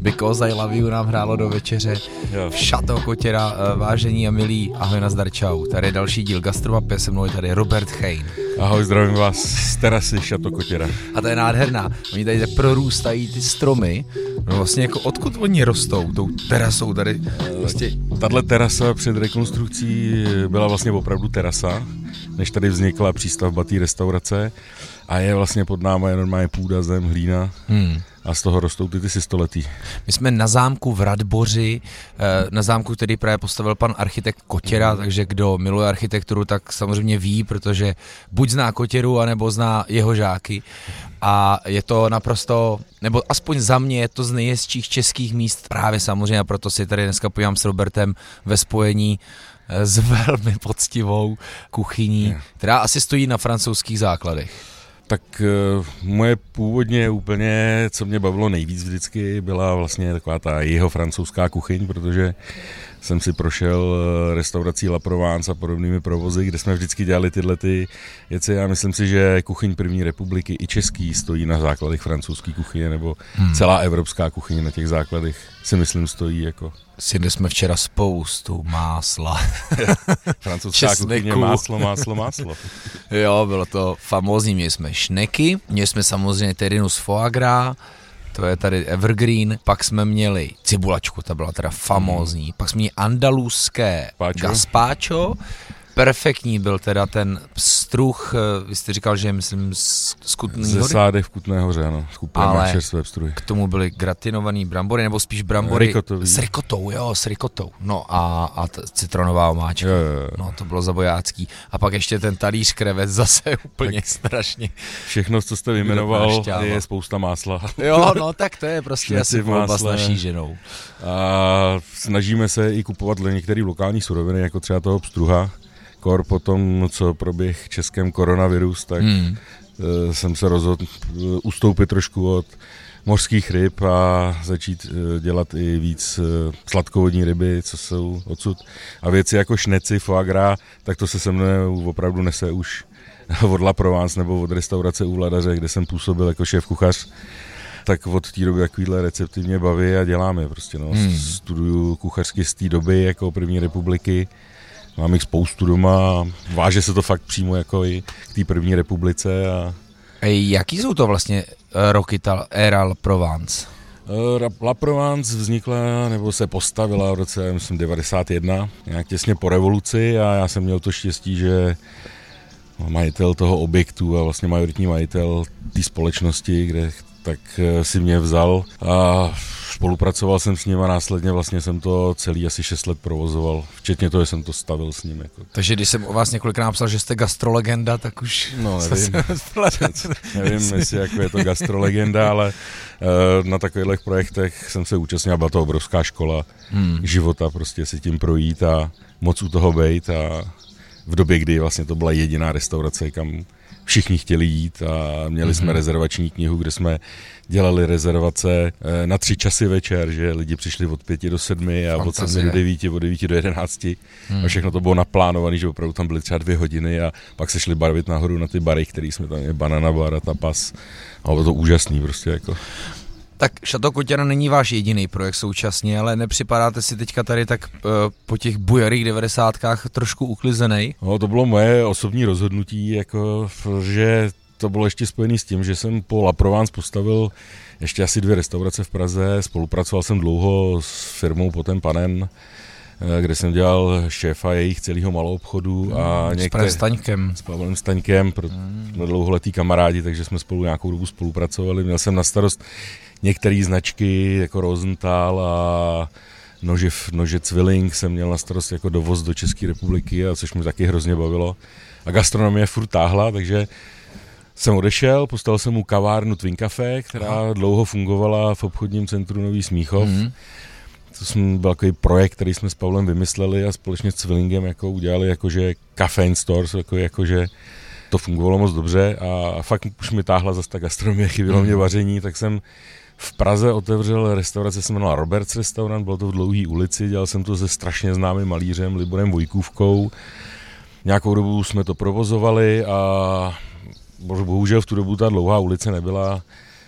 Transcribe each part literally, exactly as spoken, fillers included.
Because I Love You nám hrálo do večeře. Jo. Chateau Kotěra, vážení a milí, ahoj, nazdar, čau. Tady je další díl Gastromapie, se mnou je tady Robert Chejn. Ahoj, zdravím vás z terasy Chateau Kotěra. A to je nádherná. Oni tady prorůstají ty stromy. No vlastně jako odkud oni rostou, tou terasou tady? Vlastně... Tahle terasa před rekonstrukcí byla vlastně opravdu terasa, než tady vznikla přístavba té restaurace. A je vlastně pod náma je normálně půda, zem, hlína hmm. a z toho rostou ty, ty si století. My jsme na zámku v Radboři, na zámku, který právě postavil pan architekt Kotěra, hmm. takže kdo miluje architekturu, tak samozřejmě ví, protože buď zná Kotěru, anebo zná jeho žáky. A je to naprosto, nebo aspoň za mě je to z nejhezčích českých míst právě samozřejmě, a proto si tady dneska podívám s Robertem ve spojení s velmi poctivou kuchyní, která asi stojí na francouzských základech. Tak uh, moje původně úplně, co mě bavilo nejvíc vždycky, byla vlastně taková ta jeho francouzská kuchyň, protože jsem si prošel restaurací La Provence a podobnými provozy, kde jsme vždycky dělali tyhle ty věci a myslím si, že kuchyň první republiky i český stojí na základech francouzské kuchyně, nebo hmm. celá evropská kuchyně na těch základech si myslím stojí jako. Sjedli jsme včera spoustu másla. Francouzská kuchyně, máslo, máslo, máslo. Jo, bylo to famózní, měli jsme šneky, měli jsme samozřejmě terinu z foie gras, to je tady evergreen, pak jsme měli cibulačku, ta byla teda famózní, hmm. pak jsme měli andaluské gazpacho, perfektní byl teda ten pstruh, vy jste říkal, že je, myslím, z Kutné Hory? Ze Sádek v Kutné Hoře, ano, z Kuprama čerstvé pstruhy. K tomu byly gratinovaný brambory, nebo spíš brambory Rikotový. S rikotou, jo, s rikotou. No a, a t- citronová omáčka, jo, jo, jo. No to bylo zabojácký. A pak ještě ten talíř krevet zase úplně tak strašně. Všechno, co jste vyjmenoval, je spousta másla. Jo, no tak to je prostě asi volba s naší ženou. A snažíme se i kupovat některé lokální suroviny, jako třeba toho pstruha. Kor potom, co proběh českém koronavirus, tak hmm. jsem se rozhodl ustoupit trošku od mořských ryb a začít dělat i víc sladkovodní ryby, co jsou odsud. A věci jako šneci, foie gras, tak to se se mnou opravdu nese už od La Provence nebo od restaurace u Vladaře, kde jsem působil jako šéf kuchař. Tak od té doby takovýhle recepty mě baví a děláme prostě. No. Hmm. Studuju kuchařky z té doby jako první republiky. Mám jich spoustu doma, váže se to fakt přímo jako i k té první republice. A... Ej, jaký jsou to vlastně roky, ta éra La Provence? La Provence vznikla, nebo se postavila v roce, myslím, devadesát jedna, nějak těsně po revoluci a já jsem měl to štěstí, že majitel toho objektu a vlastně majoritní majitel té společnosti, kde tak si mě vzal a spolupracoval jsem s ním a následně vlastně jsem to celý asi šest let provozoval, včetně toho, že jsem to stavil s ním. Jako. Takže když jsem o vás několikrát napsal, že jste gastrolegenda, tak už... No nevím, nevím jestli jako je to gastrolegenda, ale uh, na takových projektech jsem se účastnil, byla to obrovská škola hmm. života, prostě si tím projít a moc u toho bejt a v době, kdy vlastně to byla jediná restaurace, kam všichni chtěli jít a měli mm-hmm. jsme rezervační knihu, kde jsme dělali rezervace na tři časy večer, že lidi přišli od pěti do sedmi a Fantazie. Od sedmi do devíti, od devíti do jedenácti mm. a všechno to bylo naplánované, že opravdu tam byly třeba dvě hodiny a pak se šli barvit nahoru na ty bary, který jsme tam měli, banana bar a tapas a bylo to úžasný prostě jako. Tak Chateau Kotěra není váš jediný projekt současně, ale nepřipadáte si teďka tady tak uh, po těch bujarých devadesátkách trošku uklizenej? No, to bylo moje osobní rozhodnutí, jako, že to bylo ještě spojené s tím, že jsem po La Provence postavil ještě asi dvě restaurace v Praze, spolupracoval jsem dlouho s firmou Potem Panen, kde jsem dělal šéfa jejich celého maloobchodu hmm, a některé... S Pavlem Staňkem. S Pavlem Staňkem, hmm. jsme dlouholetí kamarádi, takže jsme spolu nějakou dobu spolupracovali. Měl jsem na starost některé značky, jako Rosenthal a nože, nože Zwilling jsem měl na starost jako dovoz do České republiky, a což mi taky hrozně bavilo. A gastronomie furt táhla, takže jsem odešel, postavil jsem mu kavárnu Twin Cafe, která Aha. dlouho fungovala v obchodním centru Nový Smíchov. Hmm. To byl takový projekt, který jsme s Pavlem vymysleli a společně s Zwillingem jako udělali jakože cafe in stores, jako, jakože to fungovalo moc dobře a fakt už mi táhla zase ta gastronomie, chybělo mě vaření, tak jsem v Praze otevřel restauraci, se jmenovala Roberts restaurant, bylo to v Dlouhé ulici, dělal jsem to se strašně známým malířem Liborem Vojkůvkou. Nějakou dobu jsme to provozovali a bohužel v tu dobu ta Dlouhá ulice nebyla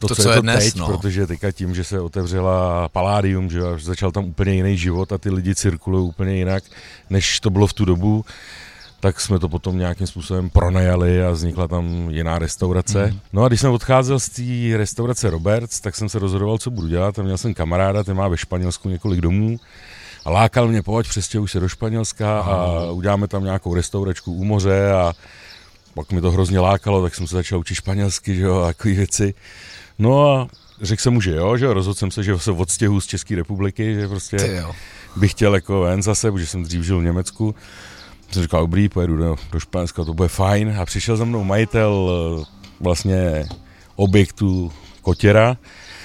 to, to co, co je to dnes, teď, no. protože teďka tím, že se otevřela Palladium, že jo, začal tam úplně jiný život a ty lidi cirkulují úplně jinak, než to bylo v tu dobu, tak jsme to potom nějakým způsobem pronajali a vznikla tam jiná restaurace. Mm. No a když jsem odcházel z té restaurace Roberts, tak jsem se rozhodoval, co budu dělat. A měl jsem kamaráda, ten má ve Španělsku několik domů a lákal mě, pojď, přestěhuj se do Španělska a uděláme tam nějakou restauračku u moře a pak mi to hrozně lákalo, tak jsem se začal učit španělsky, že jo, a takové věci. No a řekl jsem mu, že jo, že jo, rozhodl jsem se, že se odstěhuji z České republiky, že prostě bych chtěl jako ven zase, protože jsem dřív žil v Německu. Jsem říkal, dobrý, pojedu do, do Španělska, to bude fajn. A přišel za mnou majitel vlastně objektu Kotěra,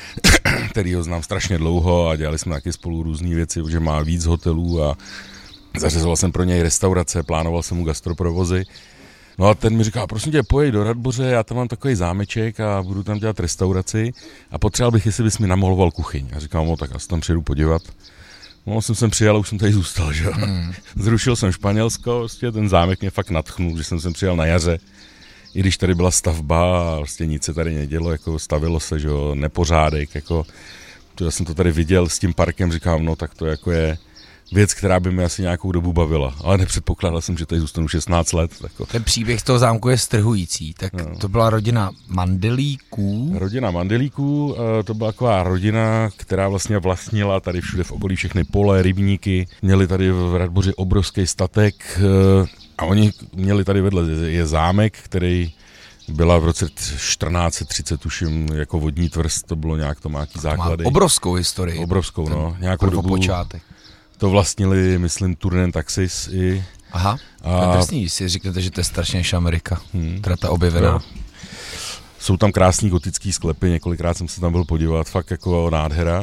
který ho znám strašně dlouho a dělali jsme taky spolu různé věci, protože má víc hotelů a zařizoval jsem pro něj restaurace, plánoval jsem mu gastroprovozy. No a ten mi říkal, prosím tě, pojď do Radboře, já tam mám takový zámeček a budu tam dělat restauraci a potřeboval bych, jestli bys mi namaloval kuchyň. A říkal, no tak já se tam přijedu podívat. No, jsem sem přijel a už jsem tady zůstal, že jo. Hmm. Zrušil jsem Španělsko, prostě ten zámek mě fakt nadchnul, že jsem sem přijel na jaře. I když tady byla stavba a prostě nic se tady nedělo, jako stavilo se, že jo, nepořádek, jako, to já jsem to tady viděl s tím parkem, říkám, no tak to jako je věc, která by mi asi nějakou dobu bavila, ale nepředpokládal jsem, že tady zůstanu šestnáct let. Jako. Ten příběh toho zámku je strhující, tak no. To byla rodina Mandelíků. Rodina Mandelíků, to byla taková rodina, která vlastně vlastnila tady všude v okolí všechny pole, rybníky, měli tady v Radboři obrovský statek a oni měli tady vedle je zámek, který byla v roce čtrnáct třicet, tuším, jako vodní tvrz, to bylo nějak, to má nějaký základy. Má obrovskou historii. Obrovskou, no, nějakou dobu. Počátek. To vlastnili, myslím, Turnen Taxis i... Aha, a... to je drsný, si říkáte, že to je strašně než Amerika, hmm. teda ta objevená. Jo. Jsou tam krásný gotický sklepy, několikrát jsem se tam byl podívat, fakt jako nádhera.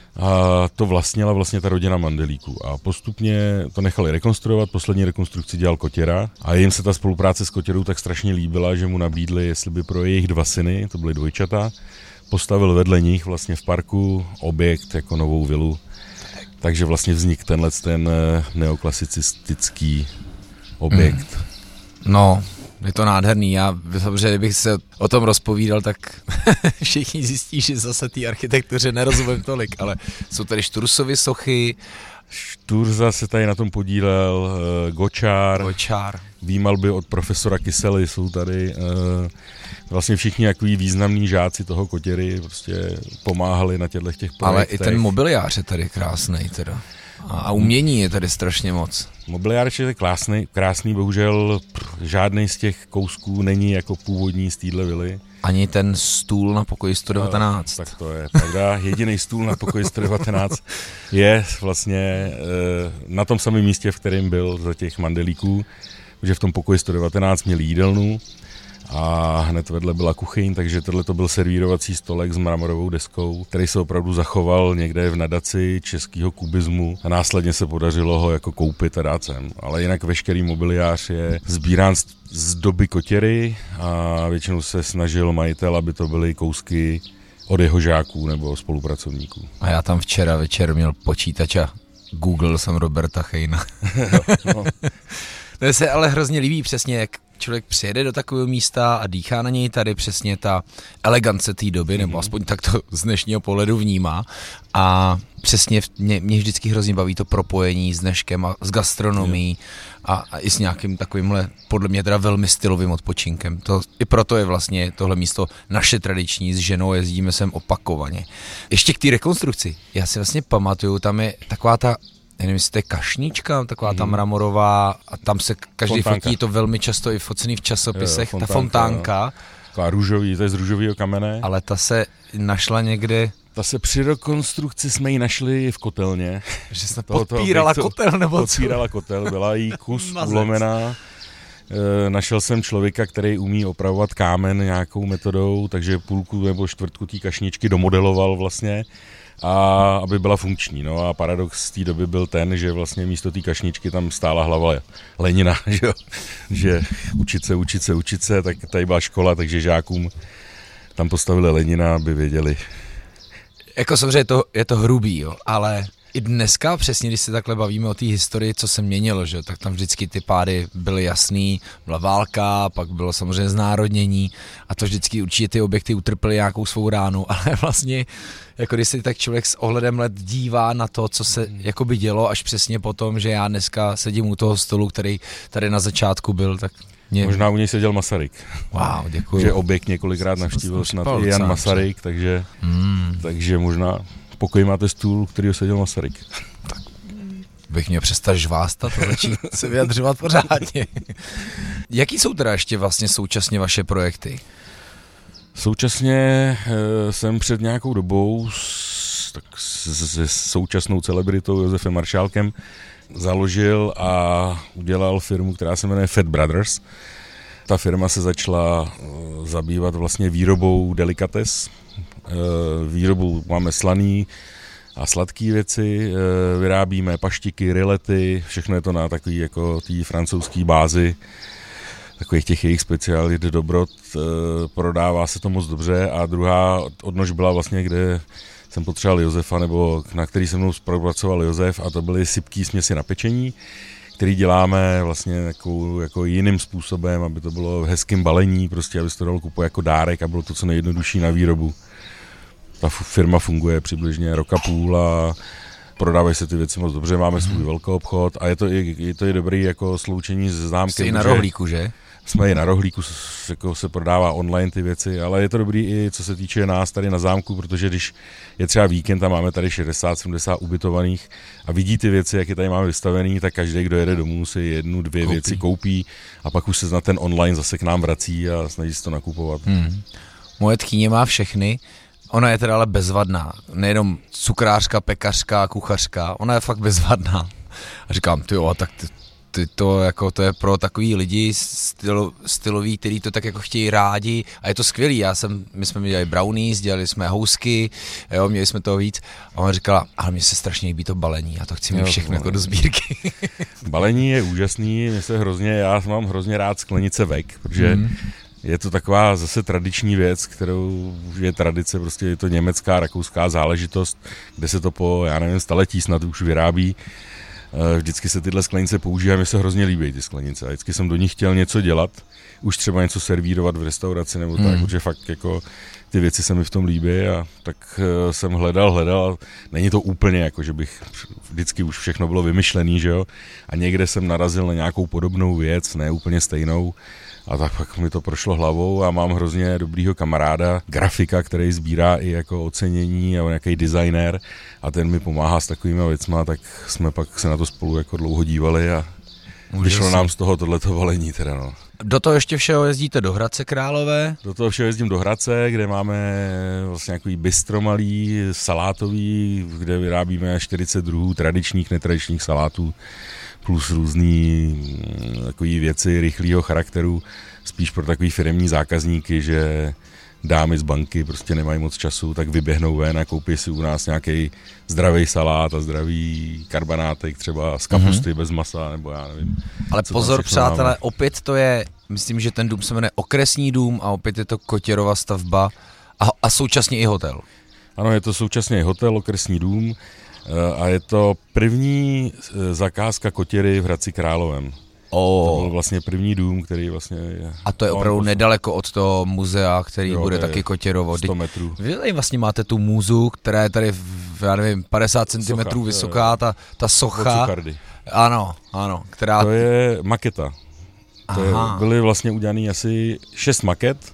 A to vlastnila vlastně ta rodina Mandelíků a postupně to nechali rekonstruovat, poslední rekonstrukci dělal Kotěra a jim se ta spolupráce s Kotěrou tak strašně líbila, že mu nabídli, jestli by pro jejich dva syny, to byly dvojčata, postavil vedle nich vlastně v parku objekt jako novou vilu. Takže vlastně vznikl tenhle ten neoklasicistický objekt. Mm. No, je to nádherný. Já samozřejmě, kdybych se o tom rozpovídal, tak všichni zjistí, že zase té architektuře nerozumím tolik, ale jsou tady Štursovy sochy. Šturza se tady na tom podílel, Gočár, Gočár. výmalby od profesora Kysely jsou tady. Vlastně všichni jaký významní žáci toho Kotěry prostě pomáhali na těchto těch projektech. Ale i ten mobiliář je tady krásnej teda. A umění je tady strašně moc. Mobiliář je krásný, krásný, bohužel žádný z těch kousků není jako původní z téhle vily. Ani ten stůl na pokoji sto devatenáct. No, tak to je pravda. Jediný stůl na pokoji sto devatenáct je vlastně e, na tom samém místě, v kterém byl za těch Mandelíků, protože v tom pokoji sto devatenáct měli jídelnu a hned vedle byla kuchyň, takže tohle to byl servírovací stolek s mramorovou deskou, který se opravdu zachoval někde v nadaci českého kubismu a následně se podařilo ho jako koupit a dát sem. Ale jinak veškerý mobiliář je sbírán z doby Kotěry a většinou se snažil majitel, aby to byly kousky od jeho žáků nebo spolupracovníků. A já tam včera večer měl počítač a Google jsem Roberta Chejna. no, no. To se ale hrozně líbí přesně, jak člověk přijede do takového místa a dýchá na něj tady přesně ta elegance té doby, mm-hmm. nebo aspoň tak to z dnešního pohledu vnímá. A přesně mě, mě vždycky hrozně baví to propojení s dneškem a s gastronomií a, a i s nějakým takovýmhle, podle mě teda velmi stylovým odpočinkem. To, i proto je vlastně tohle místo naše tradiční, s ženou jezdíme sem opakovaně. Ještě k té rekonstrukci. Já si vlastně pamatuju, tam je taková ta, nevím, jestli to je kašnička, taková ta mramorová a tam se každý fontánka. Fotí, to velmi často i focený v časopisech, jo, jo, fontánka, ta fontánka. Taková růžový, to je z růžového kamene. Ale ta se našla někde... Ta se při rekonstrukci jsme ji našli v kotelně. Že se podpírala kotel nebo co? Podpírala kotel, byla jí kus ulomená. E, našel jsem člověka, který umí opravovat kámen nějakou metodou, takže půlku nebo čtvrtku té kašničky domodeloval vlastně. A aby byla funkční. No a paradox z té doby byl ten, že vlastně místo té kašničky tam stála hlava Lenina, že, že učit se, učit se, učit se, tak tady byla škola, takže žákům tam postavili Lenina, aby věděli. Jako samozřejmě je to, je to hrubý, jo, ale i dneska přesně, když se takhle bavíme o té historii, co se měnilo, že? Tak tam vždycky ty pády byly jasný, byla válka, pak bylo samozřejmě znárodnění a to vždycky určitě ty objekty utrpěly nějakou svou ránu, ale vlastně jako když se tak člověk s ohledem let dívá na to, co se jakoby dělo, až přesně potom, že já dneska sedím u toho stolu, který tady na začátku byl, tak mě... Možná u něj seděl Masaryk. Wow, děkuji. Že objekt několikrát navštívil snad i Jan Masaryk, takže, hmm. takže možná pokoj máte stůl, kterýho seděl Masaryk. Tak bych mě přestal žvástat a začít se vyjadřovat pořádně. Jaký jsou teda ještě vlastně současně vaše projekty? Současně e, jsem před nějakou dobou s, tak se současnou celebritou Josefem Maršálkem založil a udělal firmu, která se jmenuje Fat Brothers. Ta firma se začala zabývat vlastně výrobou delikates. Výrobou máme slaný a sladké věci, vyrábíme paštiky, rilety, všechno je to na takový jako té francouzské bázi, takových těch jejich specialit dobrot, prodává se to moc dobře a druhá odnož byla vlastně, kde jsem potřeboval Josefa, nebo na který se mnou spolupracoval Josef a to byly sypký směsi na pečení, který děláme vlastně jako, jako jiným způsobem, aby to bylo v hezkém balení, prostě aby se to dalo kupovat jako dárek a bylo to co nejjednodušší na výrobu. Ta firma funguje přibližně rok a půl a prodávají se ty věci moc dobře, máme svůj velký obchod a je to i, je to i dobrý jako sloučení s známkem. Jste i na rohlíku, že? Jsme i na rohlíku, jako se prodává online ty věci, ale je to dobrý i co se týče nás tady na zámku, protože když je třeba víkend a máme tady šedesát sedmdesát ubytovaných a vidí ty věci, jak je tady máme vystavený, tak každý, kdo jede domů, si jednu, dvě koupí. věci koupí a pak už se na ten online zase k nám vrací a snaží se to nakupovat. Hmm. Moje tchýně má všechny. Ona je teda ale bezvadná, nejenom cukrářka, pekařka, kuchařka, ona je fakt bezvadná. A říkám, ty jo, a tak ty, ty to, jako, to je pro takový lidi stylo, stylový, který to tak jako chtějí rádi a je to skvělý. Já jsem, my jsme dělali brownies, dělali jsme housky, jo, měli jsme toho víc a ona říkala, ale mně se strašně líbí to balení, já to chci mít všechno jako do sbírky. Balení je úžasný, mě se hrozně, já mám hrozně rád sklenice vek, protože mm. je to taková zase tradiční věc, kterou je tradice, prostě je to německá, rakouská záležitost, kde se to po, já nevím, staletí snad už vyrábí. Vždycky se tyhle sklenice používají, mi se hrozně líbí ty sklenice a vždycky jsem do nich chtěl něco dělat, už třeba něco servírovat v restauraci nebo tak, hmm. protože fakt jako ty věci se mi v tom líbí a tak jsem hledal, hledal a není to úplně jako, že bych vždycky už všechno bylo vymyšlený, že jo, a někde jsem narazil na nějakou podobnou věc, ne úplně stejnou. A tak pak mi to prošlo hlavou a mám hrozně dobrýho kamaráda, grafika, který sbírá i jako ocenění a nějaký designér a ten mi pomáhá s takovýma věcma, tak jsme pak se na to spolu jako dlouho dívali a vyšlo nám z toho tohleto valení teda no. Do toho ještě všeho jezdíte do Hradce Králové? Do toho všeho jezdím do Hradce, kde máme vlastně nějaký bistro malý, salátový, kde vyrábíme čtyřicet druhů tradičních, netradičních salátů, plus různý takový věci rychlého charakteru, spíš pro takový firemní zákazníky, že dámy z banky prostě nemají moc času, tak vyběhnou ven a koupí si u nás nějaký zdravý salát a zdravý karbanátek třeba z kapusty mm-hmm. bez masa, nebo já nevím. Ale pozor přátelé, máme. Opět to je, myslím, že ten dům se jmenuje Okresní dům a opět je to Kotěrova stavba a, a současně i hotel. Ano, je to současně i hotel, Okresní dům a je to první zakázka Kotěry v Hradci Královém. Oh. To byl vlastně první dům, který vlastně je... A to je opravdu nedaleko od toho muzea, který jo, bude taky Kotěrovo. sto metrů. Vy tady vlastně máte tu muzu, která je tady, já nevím, padesát centimetrů vysoká, ta, ta socha. Ano, ano. Která... To je maketa. To je, byly vlastně udělaný asi šest maket.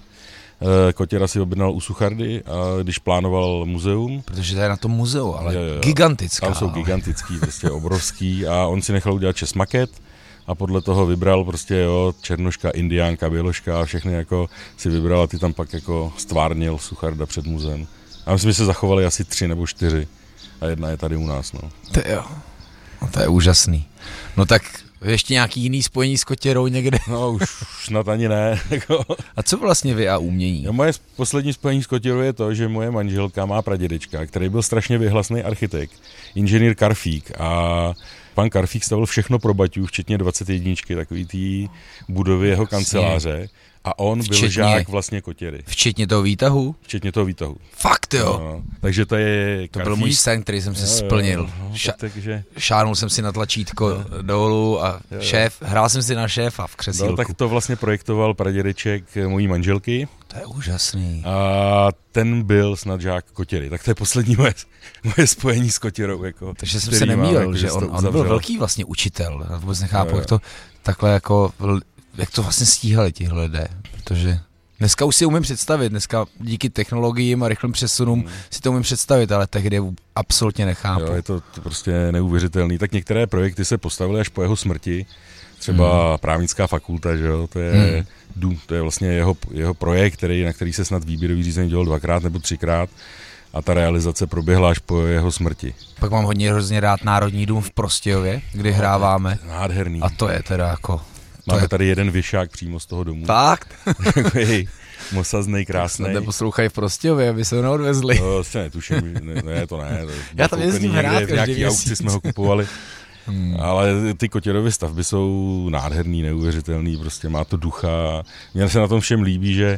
Kotěra si objednal u Suchardy a když plánoval muzeum. Protože to je na tom muzeu, ale jo, jo, gigantická. Tam jsou gigantický, prostě obrovský a on si nechal udělat šest maket. A podle toho vybral prostě, jo, černoška, indiánka, běloška a všechny jako si vybral a ty tam pak jako stvárnil Sucharda před muzeem. A myslím, že se zachovali asi tři nebo čtyři a jedna je tady u nás, no. To jo, no to je úžasný. No tak ještě nějaký jiný spojení s kotěrou někde? No už, už snad ani ne. A co vlastně vy a umění? No, moje poslední spojení s kotěrou je to, že moje manželka má pradědečka, který byl strašně vyhlasný architekt, inženýr Karfík, a pan Karfík stavil všechno pro Baťu, včetně dvacet jedna, takový té budovy jeho kanceláře. A on včetně, byl žák vlastně kotěry. Včetně toho výtahu? Včetně toho výtahu. Fakt jo? No, takže to je To byl můj sen, který jsem si jo, splnil. Jo, no, Ša- tak, takže... Šáhnul jsem si na tlačítko jo. dolů a jo, šéf, hrál jsem si na šéfa v křesílku. No, tak to vlastně projektoval pradědeček mojí manželky. To je úžasný. A ten byl snad žák kotěry. Tak to je poslední moje, moje spojení s kotěrou. Jako, takže jsem se nemýlil, jako, že on, on byl velký vlastně učitel. Já vůbec nechápu, jo, jo. jak to takhle jako... Jak to vlastně stíhali tihle lidé, protože dneska už si umím představit, dneska díky technologiím a rychlým přesunům hmm. si to umím představit, ale tehdy absolutně nechápu. Jo, je to, to prostě neuvěřitelný. Tak některé projekty se postavily až po jeho smrti, třeba hmm. právnická fakulta, že jo, to je, hmm. dům, to je vlastně jeho, jeho projekt, který, na který se snad výběrový řízení dělal dvakrát nebo třikrát a ta realizace proběhla až po jeho smrti. Pak mám hodně hrozně rád Národní dům v Prostějově, kdy no, hráváme. Nádherný. A to je teda jako... Máme je... tady jeden věšák přímo z toho domu. Fakt? Takový mosaznej, krásnej. Snad neposlouchají v Prostějově, aby se ho neodvezli. No, vlastně netuším, ne, ne, to ne. To Já tam jezdím hrát v nějaký aukci jsme ho kupovali. Hmm. Ale ty kotěrovy stavby jsou nádherný, neuvěřitelný, prostě má to ducha. Mně se na tom všem líbí, že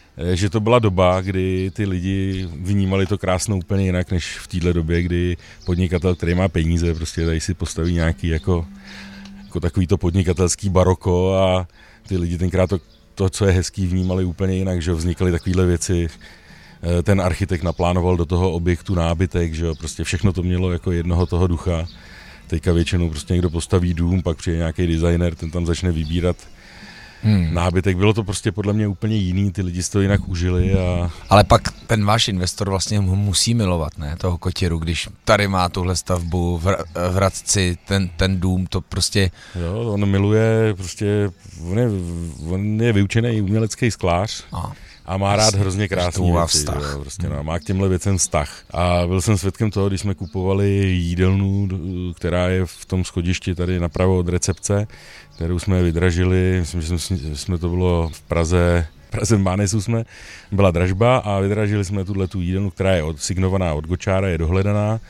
že to byla doba, kdy ty lidi vnímali to krásno úplně jinak, než v téhle době, kdy podnikatel, který má peníze, prostě tady si postaví nějaký jako jako takový to podnikatelský baroko a ty lidi tenkrát to, to, co je hezký, vnímali úplně jinak, že vznikaly takovéhle věci. Ten architekt naplánoval do toho objektu nábytek, že prostě všechno to mělo jako jednoho toho ducha. Teďka většinou prostě někdo postaví dům, pak přijde nějaký designer, ten tam začne vybírat Hmm. nábytek. Bylo to prostě podle mě úplně jiný, ty lidi si to jinak užili. A... Ale pak ten váš investor vlastně ho musí milovat, ne, toho kotěru, když tady má tuhle stavbu v, v Hradci, ten, ten dům, to prostě... Jo, on miluje, prostě, on je, on je vyučený umělecký sklář. A. A má rád hrozně krásný věci, jo, prostě, no, má k těmhle věcem vztah. A byl jsem svědkem toho, když jsme kupovali jídelnu, která je v tom schodišti tady napravo od recepce, kterou jsme vydražili, myslím, že jsme, jsme to bylo v Praze, v Praze v Mánesu jsme, byla dražba a vydražili jsme tuhletu jídelnu, která je odsignovaná od Gočára, je dohledaná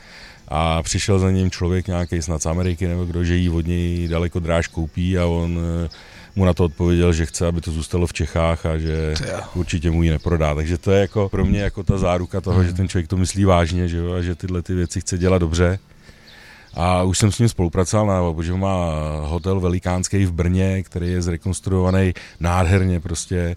a přišel za ním člověk nějaký snad z Ameriky nebo kdo, že ji od něj daleko dráž koupí a on mu na to odpověděl, že chce, aby to zůstalo v Čechách a že určitě mu ji neprodá. Takže to je jako pro mě jako ta záruka toho, že ten člověk to myslí vážně, že jo, a že tyhle ty věci chce dělat dobře. A už jsem s ním spolupracoval, na, protože má hotel velikánský v Brně, který je zrekonstruovaný nádherně, prostě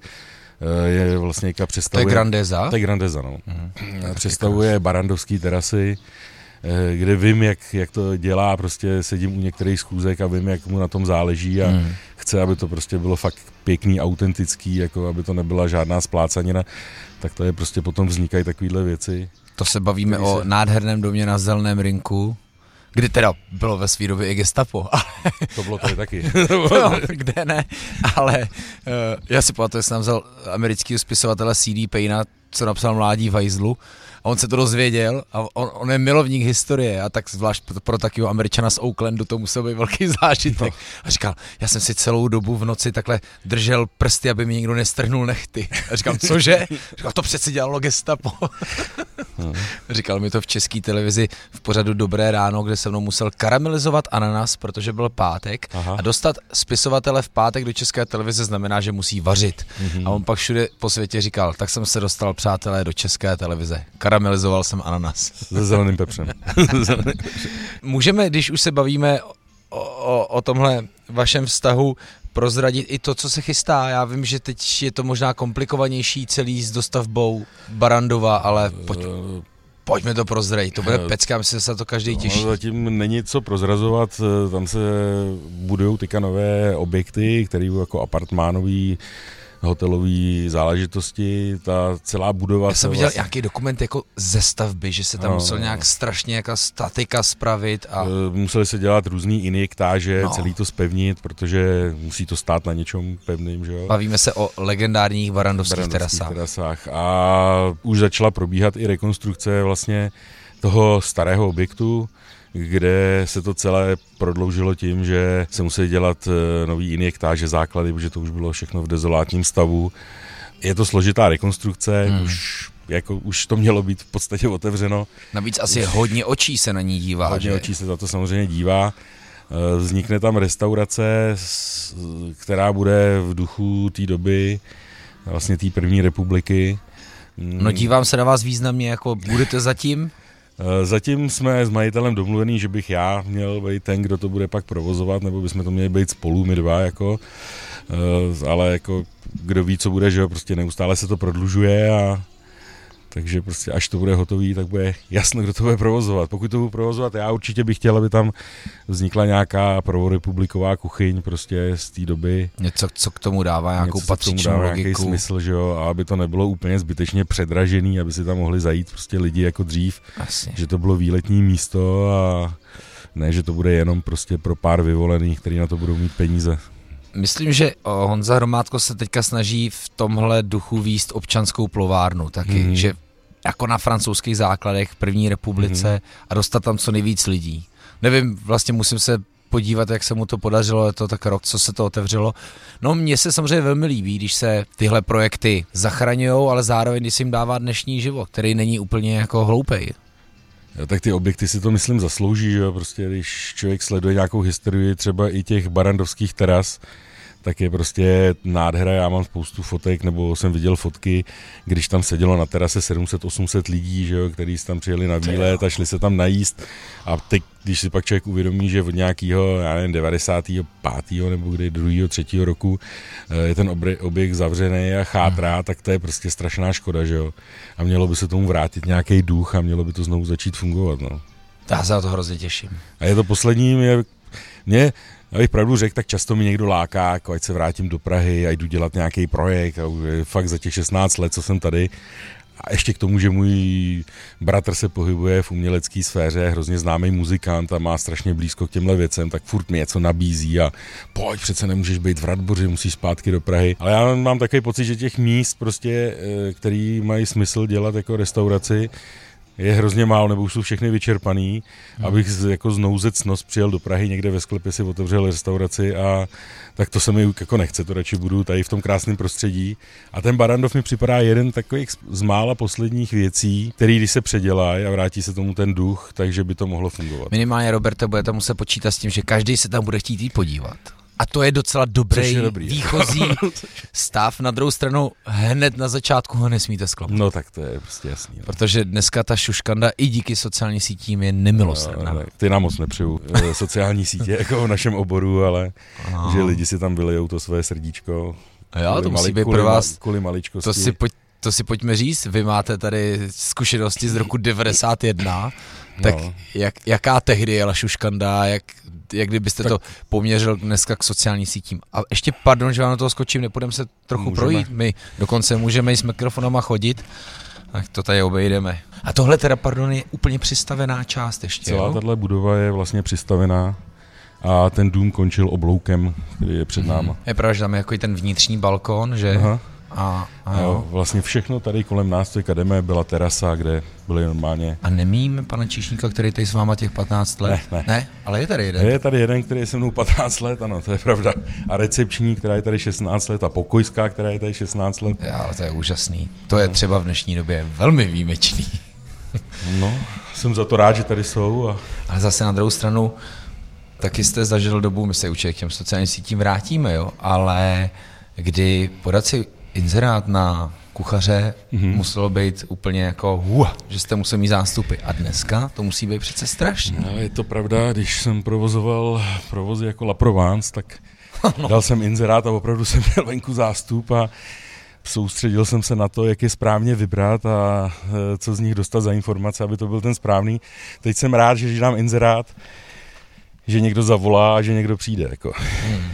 je vlastně jaká představuje... To je Grandeza? To je Grandeza, no. Uh-huh. Představuje barandovský terasy, kde vím, jak, jak to dělá, prostě sedím u některých schůzek a vím, jak mu na tom záleží a hmm. chce, aby to prostě bylo fakt pěkný, autentický, jako aby to nebyla žádná splácanina, tak to je prostě potom vznikají takovýhle věci. To se bavíme o se... nádherném domě na Zeleném rynku, kdy teda bylo ve svý době i gestapo. To bylo tady taky. No, kde ne, ale uh, já si pamatuju, že jsem vzal amerického spisovatele C D Payna, co napsal Mládí v hajzlu, a on se to dozvěděl a on, on je milovník historie a tak zvlášť pro, pro takového Američana z Oaklandu to musel být velký zážitek. No. A říkal, já jsem si celou dobu v noci takhle držel prsty, aby mi nikdo nestrhnul nechty. A říkám, cože? Říkal, to přeci dělalo gestapo. No. Říkal mi to v české televizi v pořadu Dobré ráno, kde se mnou musel karamelizovat ananas, protože byl pátek. Aha. A dostat spisovatele v pátek do české televize znamená, že musí vařit. Mm-hmm. A on pak všude po světě říkal, tak jsem se dostal, přátelé, do české televize. Karamelizoval jsem ananas. Se zeleným pepřem. Můžeme, když už se bavíme o, o, o tomhle vašem vztahu, prozradit i to, co se chystá. Já vím, že teď je to možná komplikovanější celý s dostavbou Barandova, ale pojď, pojďme to prozradit. To bude pecka, myslím, že se to každý těší. No, zatím není co prozrazovat, tam se budujou teďka nové objekty, které jsou jako apartmánový, hotelové záležitosti, ta celá budova... Já jsem viděl vlastně... nějaký dokument jako ze stavby, že se tam no, musel nějak strašně jaká statika spravit a... Museli se dělat různý injektáže, no. celý to zpevnit, protože musí to stát na něčem pevným, že jo. Bavíme se o legendárních barandovských, barandovských terasách. terasách. A už začala probíhat i rekonstrukce vlastně toho starého objektu, kde se to celé prodloužilo tím, že se museli dělat nový injektáže, základy, protože to už bylo všechno v dezolátním stavu. Je to složitá rekonstrukce, hmm. už, jako, už to mělo být v podstatě otevřeno. Navíc asi už hodně očí se na ní dívá. Hodně že? očí se na to samozřejmě dívá. Vznikne tam restaurace, která bude v duchu té doby, vlastně té první republiky. No dívám se na vás významně, jako budete zatím? Zatím jsme s majitelem domluvený, že bych já měl být ten, kdo to bude pak provozovat, nebo bychom to měli být spolu, my dva, jako, ale jako kdo ví, co bude, že jo, prostě neustále se to prodlužuje a takže prostě až to bude hotový, tak bude jasno, kdo to bude provozovat. Pokud to budu provozovat, já určitě bych chtěl, aby tam vznikla nějaká prvorepubliková kuchyň prostě z té doby. Něco, co k tomu dává nějakou patřičnou logiku. Nějaký smysl, že jo, a aby to nebylo úplně zbytečně předražený, aby si tam mohli zajít prostě lidi jako dřív. Asi. Že to bylo výletní místo a ne, že to bude jenom prostě pro pár vyvolených, kteří na to budou mít peníze. Myslím, že Honza Hromádko se teďka snaží v tomhle duchu vést občanskou plovárnu taky, mm. že jako na francouzských základech první republice mm. a dostat tam co nejvíc lidí. Nevím, vlastně musím se podívat, jak se mu to podařilo, je to tak rok, co se to otevřelo. No mně se samozřejmě velmi líbí, když se tyhle projekty zachraňujou, ale zároveň když se jim dává dnešní život, který není úplně jako hloupej. Jo, tak ty objekty si to myslím zaslouží, že jo, prostě když člověk sleduje nějakou historii třeba i těch barandovských teras, tak je prostě nádhera, já mám spoustu fotek, nebo jsem viděl fotky, když tam sedělo na terase sedm set osm set lidí, že jo, kteří tam přijeli na výlet a šli se tam najíst a teď, když si pak člověk uvědomí, že od nějakého, já nevím, devadesátého pátého nebo kdy druhého, třetího roku je ten objekt zavřený a chátrá, tak to je prostě strašná škoda, že jo. A mělo by se tomu vrátit nějaký duch a mělo by to znovu začít fungovat, no. Já se na to hrozně těším. A je to poslední, mě, mě abych pravdu řekl, tak často mi někdo láká, jako ať se vrátím do Prahy a jdu dělat nějaký projekt a fakt za těch šestnáct let, co jsem tady. A ještě k tomu, že můj bratr se pohybuje v umělecké sféře, hrozně známý muzikant a má strašně blízko k těmhle věcem, tak furt mi něco nabízí a pojď, přece nemůžeš být v Radboři, musíš zpátky do Prahy. Ale já mám takový pocit, že těch míst, prostě, který mají smysl dělat jako restauraci, je hrozně málo, nebo už jsou všechny vyčerpaný, hmm. abych z, jako z nouzecnost přijel do Prahy, někde ve sklepě si otevřel restauraci a tak to se mi jako nechce, to radši budu tady v tom krásném prostředí. A ten Barandov mi připadá jeden takových z mála posledních věcí, který když se předělají a vrátí se tomu ten duch, takže by to mohlo fungovat. Minimálně, Roberte, budete muset počítat s tím, že každý se tam bude chtít jít podívat. A to je docela dobrý, dobrý výchozí stav. Na druhou stranu hned na začátku ho nesmíte sklopit. No tak to je prostě jasný. Ne? Protože dneska ta šuškanda i díky sociálním sítím je nemilosrdná. No, ne, ty nám moc nepřeju sociální sítě jako v našem oboru, ale Aha. že lidi si tam vylijou to své srdíčko. Jo, to musí být pro vás. Kvůli maličkosti. To si, pojď, to si pojďme říct, vy máte tady zkušenosti z roku devadesát jedna, tak no. jak, jaká tehdy jela šuškanda, jak jak kdybyste tak to poměřil dneska k sociálním sítím. A ještě, pardon, že vám na toho skočím, nepůjdeme se trochu můžeme. projít, my dokonce můžeme i s mikrofonama chodit, tak to tady obejdeme. A tohle teda, pardon, je úplně přistavená část ještě, Celá tato budova je vlastně přistavená a ten dům končil obloukem, který je před náma. Je pravda, že tam je jako ten vnitřní balkon, že? Aha. A, a jo. Vlastně všechno tady kolem nás, co je kademe, byla terasa, kde byly normálně... A nemíme pana Číšníka, který tady s váma těch patnáct let? Ne, ne. ne? Ale je tady jeden. Je tady jeden, který je se mnou patnáct let, ano, to je pravda. A recepční, která je tady šestnáct let, a pokojská, která je tady šestnáct let. Já, ale to je úžasný. To je třeba v dnešní době velmi výjimečný. No, jsem za to rád, že tady jsou. A... Ale zase na druhou stranu, taky jste zažil dobu, my se určitě k těm sociálním sítím vrátíme, jo, ale kdy podat si inzerát na kuchaře mm-hmm. muselo být úplně jako hua, že jste museli mít zástupy. A dneska to musí být přece strašné. No, je to pravda, když jsem provozoval provozy jako La Provence, tak no. dal jsem inzerát a opravdu jsem měl venku zástup a soustředil jsem se na to, jak je správně vybrat a co z nich dostat za informace, aby to byl ten správný. Teď jsem rád, že když dám inzerát, že někdo zavolá a že někdo přijde. Jako. Hmm.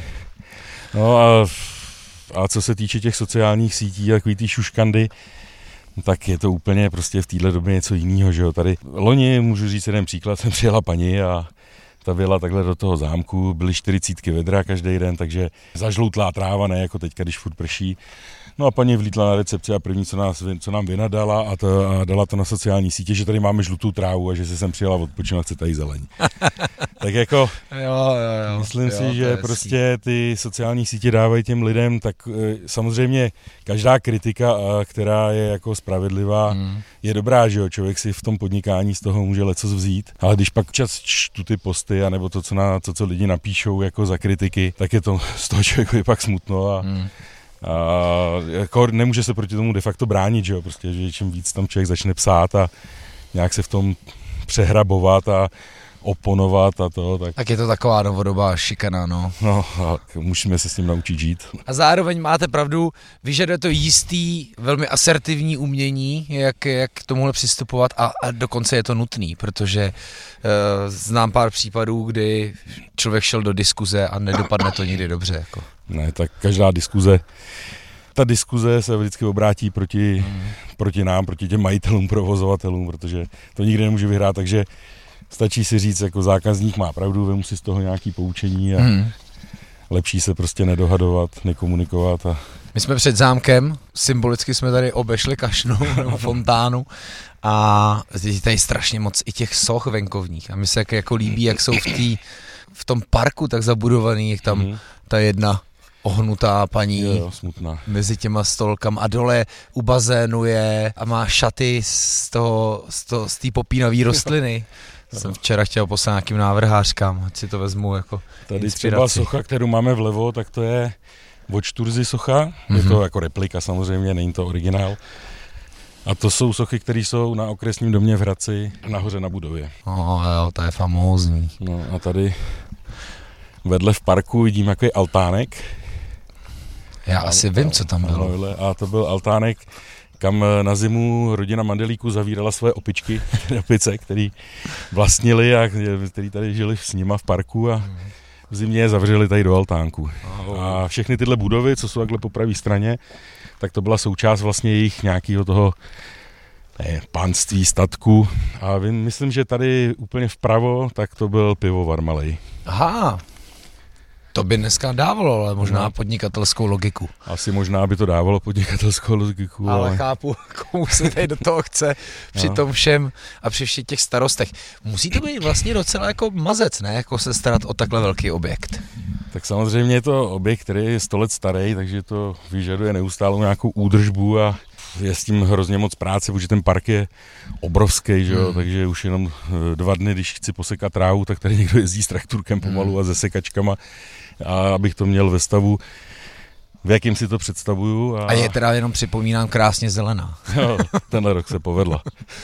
No a A co se týče těch sociálních sítí a takový ty šuškandy, tak je to úplně prostě v téhle době něco jiného, že jo. Tady loni, můžu říct jeden příklad, jsem přijela paní a ta vila takhle do toho zámku, byly čtyřicítky vedra každý den, takže zažloutlá tráva, ne jako teďka, když furt prší. No a paní vlítla na recepci a první, co, nás, co nám vynadala a, to, a dala to na sociální sítě, že tady máme žlutou trávu a že si sem přijela odpočinout, chce tady zeleň. Tak jako, jo, jo, jo, myslím jo, si, že prostě ty sociální sítě dávají těm lidem, tak samozřejmě každá kritika, která je jako spravedlivá, hmm. je dobrá, že jo, člověk si v tom podnikání z toho může lecos vzít, ale když pak čas čtu ty posty, anebo to, co, na, to, co lidi napíšou jako za kritiky, tak je to z toho člověku je pak smutno a hmm. A jako nemůže se proti tomu de facto bránit, že jo, prostě, že čím víc tam člověk začne psát a nějak se v tom přehrabovat a oponovat a to, tak... Tak je to taková novodobá šikana, no. No, a musíme se s tím naučit žít. A zároveň máte pravdu, vyžaduje to jistý, velmi asertivní umění, jak, jak k tomuhle přistupovat a, a dokonce je to nutný, protože e, znám pár případů, kdy člověk šel do diskuze a nedopadne to nikdy dobře, jako. Ne, tak každá diskuze, ta diskuze se vždycky obrátí proti, mm. proti nám, proti těm majitelům, provozovatelům, protože to nikdy nemůže vyhrát, takže stačí si říct, jako zákazník má pravdu, vemu si z toho nějaké poučení a mm. lepší se prostě nedohadovat, nekomunikovat. A... My jsme před zámkem, symbolicky jsme tady obešli kašnu nebo fontánu a je tady strašně moc i těch soch venkovních a mi se jako líbí, jak jsou v, tý, v tom parku tak zabudovaný, jak tam mm. ta jedna ohnutá paní jo, smutná. Mezi těma stolkama a dole u bazénu je a má šaty z toho, z toho, z té popínavé rostliny. Jo. Jsem včera chtěl poslat nějakým návrhářkám, ať si to vezmu jako tady inspiraci. Třeba socha, kterou máme vlevo, tak to je od Šturzy socha, mm-hmm. je to jako replika samozřejmě, není to originál. A to jsou sochy, které jsou na okresním domě v Hradci nahoře na budově. Oh, jo, to je famózní. No a tady vedle v parku vidím jaký altánek. Já a, asi a, vím, co tam bylo. A to byl altánek, kam na zimu rodina Mandelíků zavírala své opičky, opice, který vlastnili a který tady žili s nima v parku a v zimě je zavřeli tady do altánku. A všechny tyhle budovy, co jsou takhle po pravé straně, tak to byla součást vlastně jejich nějakého toho ne, panství, statku. A vím, myslím, že tady úplně vpravo, tak to byl pivovar malej. Aha. To by dneska dávalo, ale možná no. podnikatelskou logiku. Asi možná by to dávalo podnikatelskou logiku. Ale, ale... chápu, komu se tady do toho chce při no. tom všem a při všech těch starostech. Musí to být vlastně docela jako mazec, ne? Jako se starat o takhle velký objekt. Tak samozřejmě je to objekt, který je sto let starý, takže to vyžaduje neustálou nějakou údržbu a je s tím hrozně moc práce, protože ten park je obrovský, že jo? Hmm. Takže už jenom dva dny, když chci posekat trávu, tak tady někdo jezdí s trakturkem pomalu a se sekačkama, a abych to měl ve stavu, v jakým si to představuju. A, a je teda jenom připomínám krásně zelená. Jo, tenhle rok se povedla.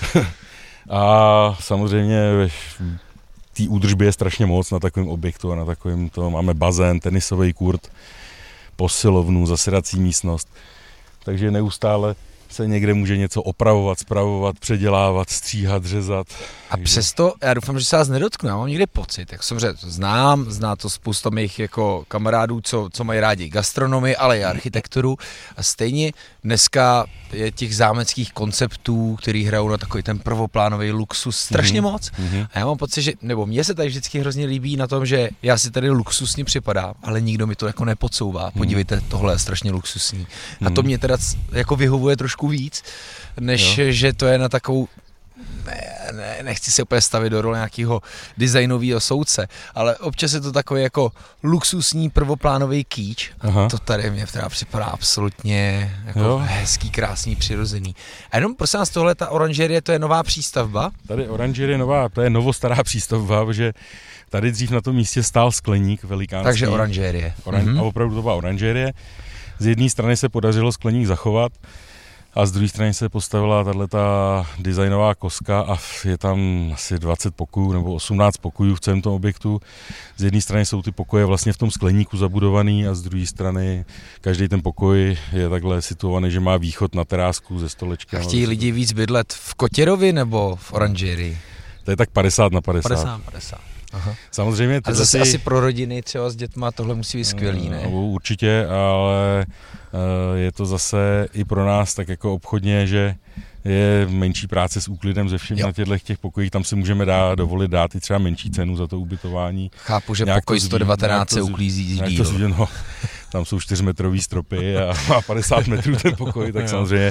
A samozřejmě té údržby je strašně moc na takovém objektu a na takovém to máme bazén, tenisový kurt, posilovnu, zasedací místnost. Takže neustále se někde může něco opravovat, spravovat, předělávat, stříhat, řezat. A takže... přesto, já doufám, že se vás nedotknu, já mám někde pocit, jak jsem řekl, znám, zná to spousta mých jako kamarádů, co, co mají rádi gastronomii, ale i architekturu a stejně dneska je těch zámeckých konceptů, který hrajou na takový ten prvoplánový luxus strašně mm-hmm. moc mm-hmm. a já mám pocit, že, nebo mně se tady vždycky hrozně líbí na tom, že já si tady luxusně připadám, ale nikdo mi to jako nepodsouvá, podívejte, tohle je strašně luxusní a to mě teda jako vyhovuje trošku víc, než jo. že to je na takovou, ne, ne, nechci se úplně stavit do role nějakého designového soudce, ale občas je to takový jako luxusní prvoplánový kýč a Aha. to tady mě teda připadá absolutně jako jo. hezký, krásný, přirozený. A jenom prosím vás, tohle ta oranžerie, to je nová přístavba? Tady oranžerie nová, to je novostará přístavba, protože tady dřív na tom místě stál skleník velikánský. Takže oranžerie. Oran- mm-hmm. A opravdu to byla oranžerie. Z jedné strany se podařilo skleník zachovat, a z druhé strany se postavila tato designová koska a je tam asi dvacet pokojů nebo osmnáct pokojů v celém tom objektu. Z jedné strany jsou ty pokoje vlastně v tom skleníku zabudovaný a z druhé strany každý ten pokoj je takhle situovaný, že má východ na terásku ze stolečkem. A chtějí lidi víc bydlet v Kotěrovi nebo v oranžerii? To je tak padesát na padesát. padesát na padesát. Aha. Samozřejmě. A zase ty... asi pro rodiny třeba s dětma tohle musí být skvělý, ne? Určitě, ale je to zase i pro nás tak jako obchodně, že, je menší práce s úklidem ze všem jo. na těchto těch pokojích, tam si můžeme dát, dovolit dát i třeba menší cenu za to ubytování. Chápu, že nějak pokoj sto devatenáct se uklízí díl. No, tam jsou čtyřmetrový stropy a má padesát metrů ten pokoj, tak samozřejmě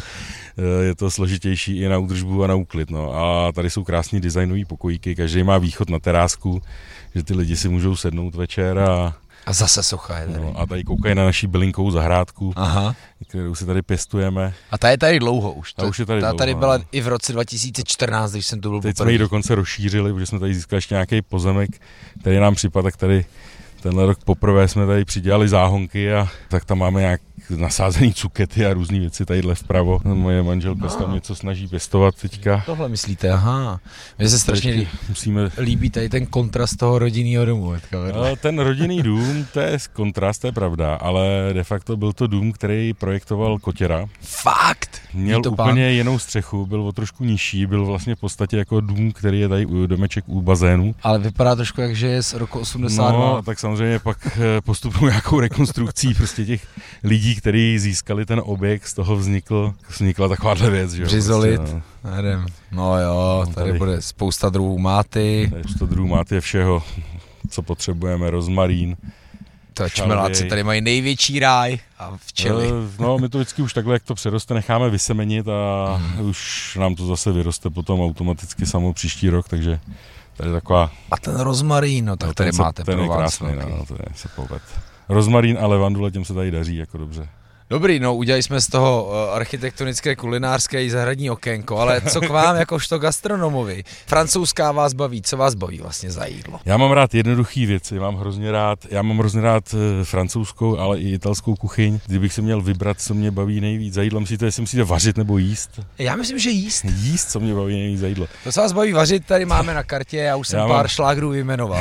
je to složitější i na údržbu a na úklid. No. A tady jsou krásný designový pokojíky, každý má východ na terásku, že ty lidi si můžou sednout večer a A zase socha je tady. No, a tady koukají na naší bylinkovou zahrádku, Aha. kterou si tady pěstujeme. A ta je tady dlouho už. Ta už je tady ta dlouho, tady byla no. i v roce dva tisíce čtrnáct, když jsem tu byl Teď poprvé. jsme ji dokonce rozšířili, protože jsme tady získali ještě nějaký pozemek, který nám připadl, tak tady tenhle rok poprvé jsme tady přidělali záhonky a tak tam máme nějak nasázený cukety a různý věci tadyhle vpravo. Moje manželka se tam něco snaží pěstovat teďka. Tohle myslíte, aha. Mně se strašně líbí, musíme... líbí tady ten kontrast toho rodinného domu. No, ten rodinný dům, to je kontrast, to je pravda, ale de facto byl to dům, který projektoval Kotěra. Fakt? Měl úplně pán? jinou střechu, byl o trošku nižší, byl vlastně v podstatě jako dům, který je tady u domeček u bazénu. Ale vypadá trošku jak, že je z roku osmdesát dva. No, tak samozřejmě pak postupnou nějakou rekonstrukcí prostě těch lidí, kteří získali ten objekt, z toho vznikl, vznikla takováhle věc. Že? Břizolit, prostě, no. nevím. No jo, tady, tady bude spousta druhů máty. Tady spousta druhů máty všeho, co potřebujeme, rozmarín. To čmeláci tady mají největší ráj a včely. No, no, my to vždycky už takhle, jak to přeroste, necháme vysemenit a hmm. už nám to zase vyroste potom automaticky samo příští rok, takže tady taková... A ten rozmarín, no tak no, tady se, máte ten pro je vás. Krásný, no, to je, se poved. Rozmarín a levandule, těm se tady daří jako dobře. Dobrý, no udělali jsme z toho architektonické, kulinářské i zahradní okénko, ale co k vám jakožto gastronomovi? Francouzská vás baví, co vás baví vlastně za jídlo? Já mám rád jednoduchý věci, mám hrozně rád, já mám hrozně rád francouzskou, ale i italskou kuchyň. Kdybych si měl vybrat, co mě baví nejvíc za jídlo, myslíte, jestli musíte vařit nebo jíst? Já myslím, že jíst. Jíst, co mě baví nejvíc za jídlo. To, co vás baví vařit, tady máme na kartě, já už jsem já pár mám... šlágrů vyjmenoval.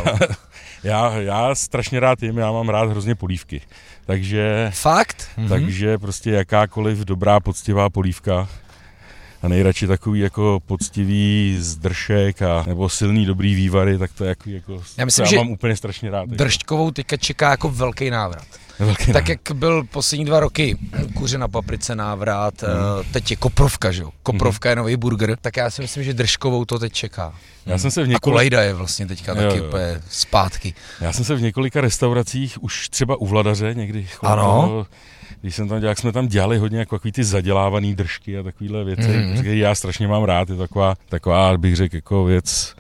já, já strašně rád jim, já mám rád hrozně polívky. Takže, Fakt? takže prostě jakákoliv dobrá, poctivá polívka a nejradši takový jako poctivý zdršek a nebo silný dobrý vývary, tak to je jako, jako já, myslím, já že mám úplně strašně rád. Držďkovou teďka čeká jako velký návrat. Velký tak návrat. Jak byl poslední dva roky kuře na paprice návrat, hmm. teď je koprovka, že jo? Koprovka hmm. je nový burger, tak já si myslím, že držkovou to teď čeká. Já jsem se v několik... A kulejda je vlastně teďka jo, taky úplně zpátky. Já jsem se v několika restauracích, už třeba u Vladaře někdy, ano. Toho, když jsem tam dělal, jak jsme tam dělali hodně jako takový ty zadělávaný držky a takovýhle věci, mm-hmm. které já strašně mám rád, je taková, taková bych řekl, jako věc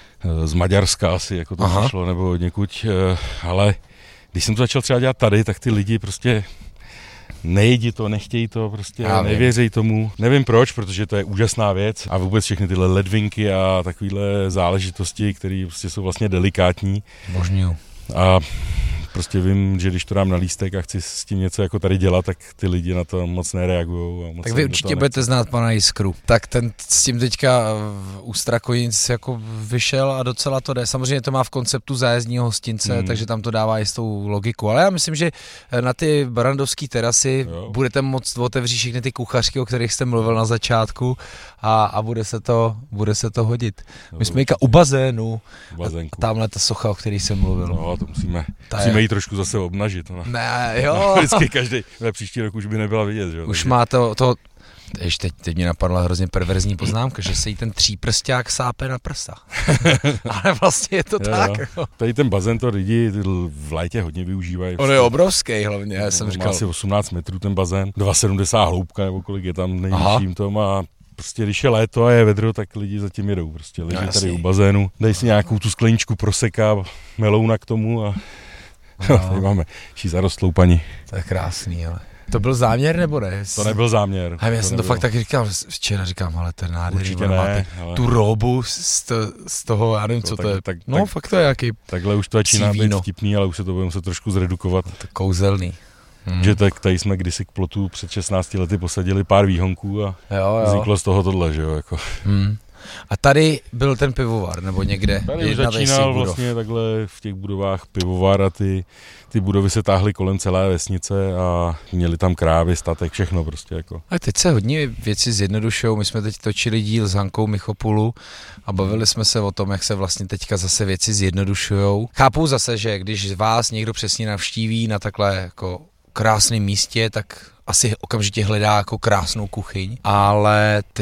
z Maďarska asi, jako to Aha. přišlo, nebo někud, ale když jsem to začal třeba dělat tady, tak ty lidi prostě nejedí to, nechtějí to, prostě já nevěří tomu. Nevím proč, protože to je úžasná věc a vůbec všechny tyhle ledvinky a takovéhle záležitosti, které prostě jsou vlastně delikátní. Možný. A prostě vím, že když to dám na lístek a chci s tím něco jako tady dělat, tak ty lidi na to moc nereagují. Tak vy určitě budete znát pana Jiskru. Tak ten s tím teďka u Strakonic jako vyšel a docela to jde. Samozřejmě to má v konceptu zájezdního hostince, hmm. takže tam to dává jistou logiku. Ale já myslím, že na ty barandovské terasy jo. budete moct otevřít všechny ty kuchařky, o kterých jste mluvil na začátku a, a bude, se to, bude se to hodit. My jsme u bazénu, tamhle ta socha, o který jsem mluvil. No, to musíme, musíme jí trošku zase obnažit. No. Ne, jo. Vždycky každý, příští rok už by nebyla vidět. Že? Už Takže... má to, to Teď, teď, teď mě napadla hrozně perverzní poznámka, že se jí ten tříprsták sápe na prsa. Ale vlastně je to jo, tak. Jo. Tady ten bazén to lidi v létě hodně využívají. On je obrovský hlavně, já jsem no, říkal. Má asi osmnáct metrů ten bazén, dva sedmdesát hloubka nebo kolik je tam nejnižším tom a prostě když je léto a je vedro, tak lidi zatím jedou. Prostě leží no, tady u bazénu, dají si nějakou tu skleničku proseka, melouna k tomu a no. Tady máme ší zarostlou paní. To je krásný, ale... To byl záměr nebo ne? To nebyl záměr. A já to jsem nebylo. to fakt tak říkal, včera říkám, ale to je nádherný. Určitě ne, máte ale... tu robu z, to, z toho, já nevím, to, co tak, to je. Tak, no tak, fakt to je jaký takhle už to začíná být vtipný, ale už se to budeme se trošku zredukovat. To kouzelný. Hmm. Že tak tady jsme kdysi k plotu před šestnácti lety posadili pár výhonků a jo, jo. vzniklo z toho tohle, že jo. Jako. Hmm. A tady byl ten pivovar, nebo někde? Tady už začínal vlastně takhle v těch budovách pivovar a ty, ty budovy se táhly kolem celé vesnice a měli tam krávy, statek, všechno prostě jako. A teď se hodně věci zjednodušují. My jsme teď točili díl s Hankou Michopulu a bavili jsme se o tom, jak se vlastně teďka zase věci zjednodušují. Chápu zase, že když vás někdo přesně navštíví na takhle jako krásném místě, tak asi okamžitě hledá jako krásnou kuchyň, ale teď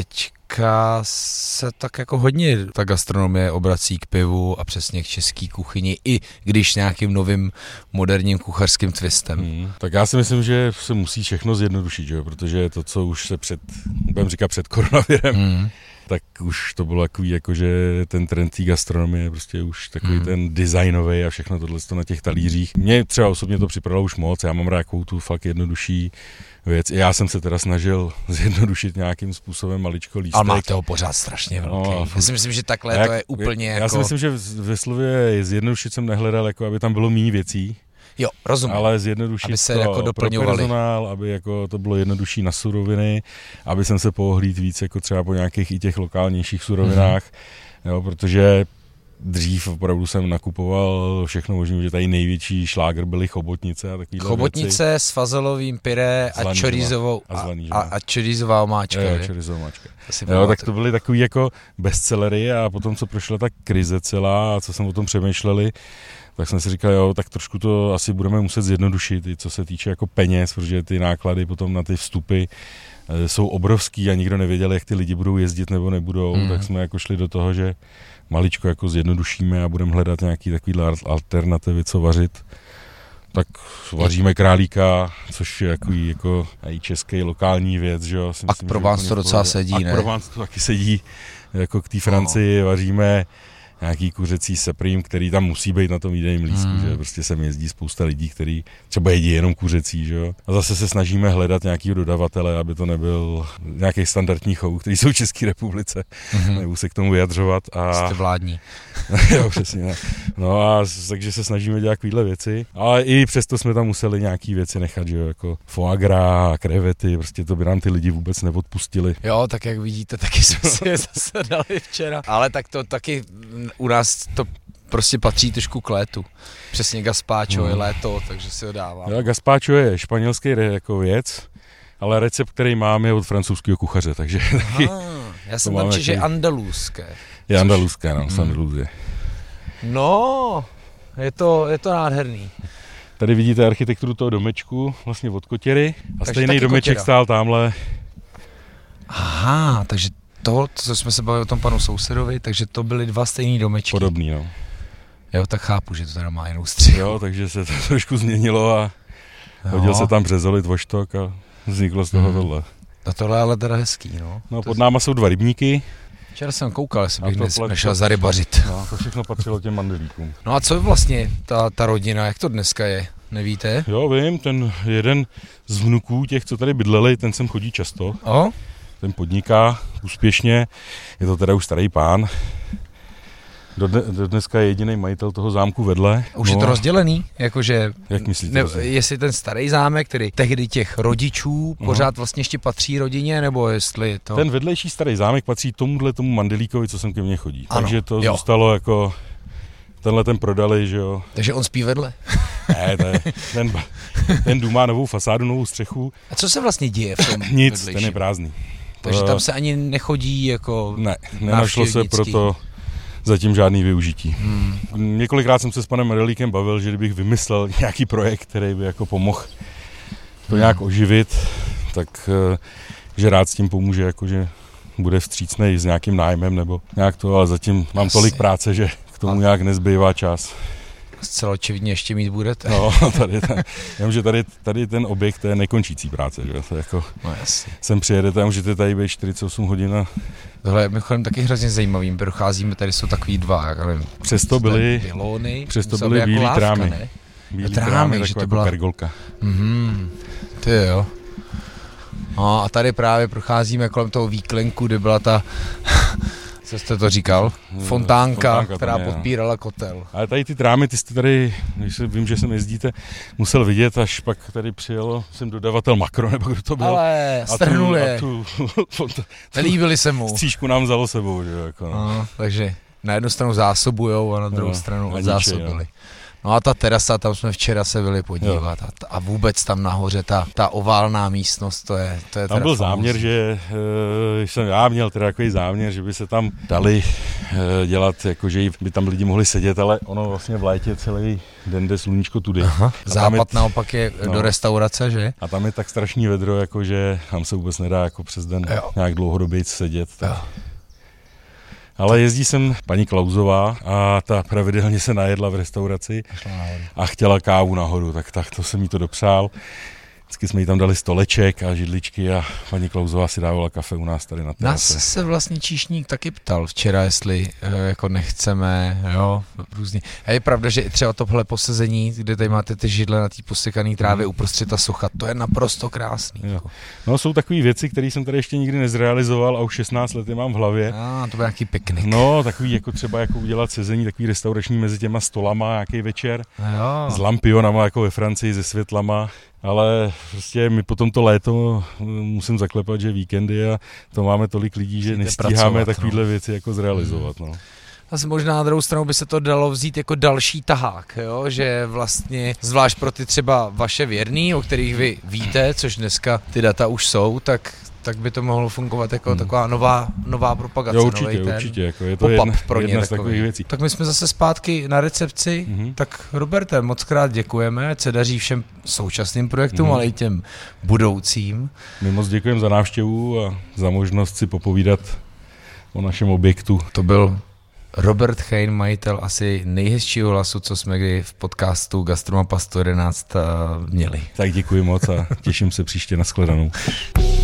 dneska se tak jako hodně ta gastronomie obrací k pivu a přesně k české kuchyni, i když nějakým novým moderním kuchařským twistem. Hmm, tak já si myslím, že se musí všechno zjednodušit, že? Protože to, co už se před, budeme říkat před koronavirem, hmm. tak už to bylo takový, jakože ten trend té gastronomie, prostě už takový hmm. ten designový a všechno tohle na těch talířích. Mně třeba osobně to připadalo už moc, já mám rád takovou tu fakt jednodušší věc. Já jsem se teda snažil zjednodušit nějakým způsobem maličko lístek. Ale máte ho pořád strašně velký. No, já si myslím, že takhle jak, to je úplně já, jako... Já si myslím, že ve slově zjednodušit jsem nehledal, jako aby tam bylo méně věcí. Jo, rozumím. Ale zjednodušit aby se to jako pro personál, aby jako to bylo jednodušší na suroviny, aby jsem se pohlíd víc jako třeba po nějakých i těch lokálnějších surovinách, mm-hmm. jo, protože dřív opravdu jsem nakupoval všechno možné, že tady největší šlágr byly chobotnice a takovýhle Chobotnice věci. S fazelovým pyré a čorizovou a, a, a čorizová omáčka. Jo, čorizová omáčka. Jo, tak to byly takový jako bestsellery a potom, co prošla ta krize celá a co jsem o tom přemýšleli, tak jsem si říkal, jo, tak trošku to asi budeme muset zjednodušit, i co se týče jako peněz, protože ty náklady potom na ty vstupy e, jsou obrovský a nikdo nevěděl, jak ty lidi budou jezdit nebo nebudou, mm. tak jsme jako šli do toho, že maličko jako zjednodušíme a budeme hledat nějaký takovýhle alternativy, co vařit. Tak vaříme králíka, což je jako, jako i český lokální věc, že jo. A k Provence to docela sedí, a ne? A k Provence to taky sedí, jako k té Francii, no. Vaříme nějaký kuřecí seprým, který tam musí být na tom jídelním lístku, hmm. že prostě sem jezdí spousta lidí, kteří třeba jedí jenom kuřecí, že jo. A zase se snažíme hledat nějakýho dodavatele, aby to nebyl nějaký standardní chov, který jsou v České republice, hmm. nebudu se k tomu vyjadřovat. A... Jste vládní. Jo, přesně. Ne. No a takže se snažíme dělat takovýhle věci, ale i přesto jsme tam museli nějaký věci nechat, že jo, jako foie gras, krevety, prostě to by nám ty lidi vůbec neodpustili. Jo, tak jak vidíte, taky jsme si je zase dali včera, ale tak to taky u nás to prostě patří trošku k létu. Přesně gazpacho no. je léto, takže si ho dávám. Jo, gazpacho je španělský jako věc, ale recept, který mám, je od francouzského kuchaře, takže taky... Aha, já jsem tam že je andaluzské. Je což... andaluzské, no, z Andaluzie. No, je to, je to nádherný. Tady vidíte architekturu toho domečku, vlastně od Kotěry, a takže stejný domeček Kotěra. Stál tamhle. Aha, takže to, co jsme se bavili o tom panu sousedovi, takže to byly dva stejný domečky. Podobný, no. Jo, tak chápu, že to teda má jinou střechu. Jo, takže se to trošku změnilo a jo. Hodil se tam březolit voštok a vzniklo z toho hmm. tohle. No tohle je ale teda hezký, no. No, to pod náma jsou dva rybníky. Včera jsem koukal, jestli bych dnes nešel zarybařit. No, to všechno patřilo těm mandelíkům. No a co je vlastně ta, ta rodina, jak to dneska je, nevíte? Jo, vím, ten jeden z vnuků těch, co tady bydleli, ten sem chodí často. O? Ten podniká úspěšně, je to teda už starý pán. Do, dne, do dneska je jediný majitel toho zámku vedle. Už no, je to rozdělený? Jakože, jak myslíte? Ne, jestli ten starý zámek, který tehdy těch rodičů uh-huh. pořád vlastně ještě patří rodině, nebo jestli to... Ten vedlejší starý zámek patří tomuhle tomu mandelíkovi, co sem ke mně chodí. Ano, takže to jo. zůstalo jako... Tenhle ten prodali, že jo. Takže on spí vedle? Ne, to je, ten, ten dům má novou fasádu, novou střechu. A co se vlastně děje v tom Nic, vedlejším? Ten je prázdný. Takže tam se ani nechodí jako... Ne, nenašlo se proto zatím žádný využití. Hmm. Několikrát jsem se s panem Madelíkem bavil, že kdybych vymyslel nějaký projekt, který by jako pomohl to hmm. nějak oživit, tak že rád s tím pomůže, jakože bude vstřícnej s nějakým nájmem nebo nějak to, ale zatím mám Asi. tolik práce, že k tomu nějak nezbývá čas. Zcela očividně ještě mít budete. No, tady, ten, jenom, že tady, tady ten objekt je nekončící práce, že to jako, no, sem přijedete a můžete tady být čtyřicet osm hodin. A... Tohle je mimochodem taky hrozně zajímavý, procházíme, tady jsou takový dva, jak nevím. Přesto byly, pilony, přesto byly bílý jako trámy. Ne? Bílý trámy, trámy, že taková to jako byla... pergolka. Mhm, ty jo. No a tady právě procházíme kolem toho výklenku, kde byla ta... Co jste to říkal? Fontánka, Fontánka která je, podpírala kotel. Ale tady ty trámy, ty jste tady, když se, vím, že sem jezdíte, musel vidět, až pak tady přijelo jsem dodavatel Makro, nebo kdo to byl. Ale strhnul je. Nelíbili se mu. Střížku nám vzalo sebou, že jo. Jako, no. No, takže na jednu stranu zásobujou a na druhou no, stranu odzásobili. No a ta terasa, tam jsme včera se byli podívat a, a vůbec tam nahoře ta, ta oválná místnost, to je, to je tam byl famózní. záměr, že e, jsem já měl teda takový záměr, že by se tam dali e, dělat, jakože by tam lidi mohli sedět, ale ono vlastně v létě celý den jde sluníčko tudy. Aha, západ je, naopak je no, do restaurace, že? A tam je tak strašný vedro, jakože tam se vůbec nedá jako přes den jo. nějak dlouhodobě sedět. Tak. Jo. Ale jezdí sem paní Klausová a ta pravidelně se najedla v restauraci a chtěla kávu nahoru, tak, tak to jsem jí to dopřál. Vždycky jsme jí tam dali stoleček a židličky a paní Klausová si dávala kafe u nás tady na terase. Nás se vlastně číšník taky ptal včera, jestli jako nechceme, jo, různě. A je pravda, že i třeba tohle posezení, kde tady máte ty židle na té posekané trávě mm. uprostřed ta socha, to je naprosto krásný. Jo. No jsou takové věci, které jsem tady ještě nikdy nezrealizoval a už šestnáct let je mám v hlavě. A to byl nějaký piknik. No, takový jako třeba jako udělat sezení, takový restaurační mezi těma stolama, nějaký večer. Jo. S lampionama jako ve Francii, se světlama. Ale prostě my potom to léto musím zaklepat, že víkendy a to máme tolik lidí, že nestíháme takovýhle no. věci jako zrealizovat. No. Asi možná na druhou stranu by se to dalo vzít jako další tahák, jo? Že vlastně zvlášť pro ty třeba vaše věrný, o kterých vy víte, což dneska ty data už jsou, tak tak by to mohlo fungovat jako hmm. taková nová, nová propagace. Jo, určitě, určitě. Jako je to jedna, pro jedna z takových věcí. Tak my jsme zase zpátky na recepci. Hmm. Tak Roberte, moc krát děkujeme, ať se daří všem současným projektům, hmm. ale i těm budoucím. My moc děkujeme za návštěvu a za možnost si popovídat o našem objektu. To byl Robert Chejn, majitel asi nejhezčího hlasu, co jsme kdy v podcastu Gastromapa sto jedenáct měli. Tak děkuji moc a těším se příště na shledanou.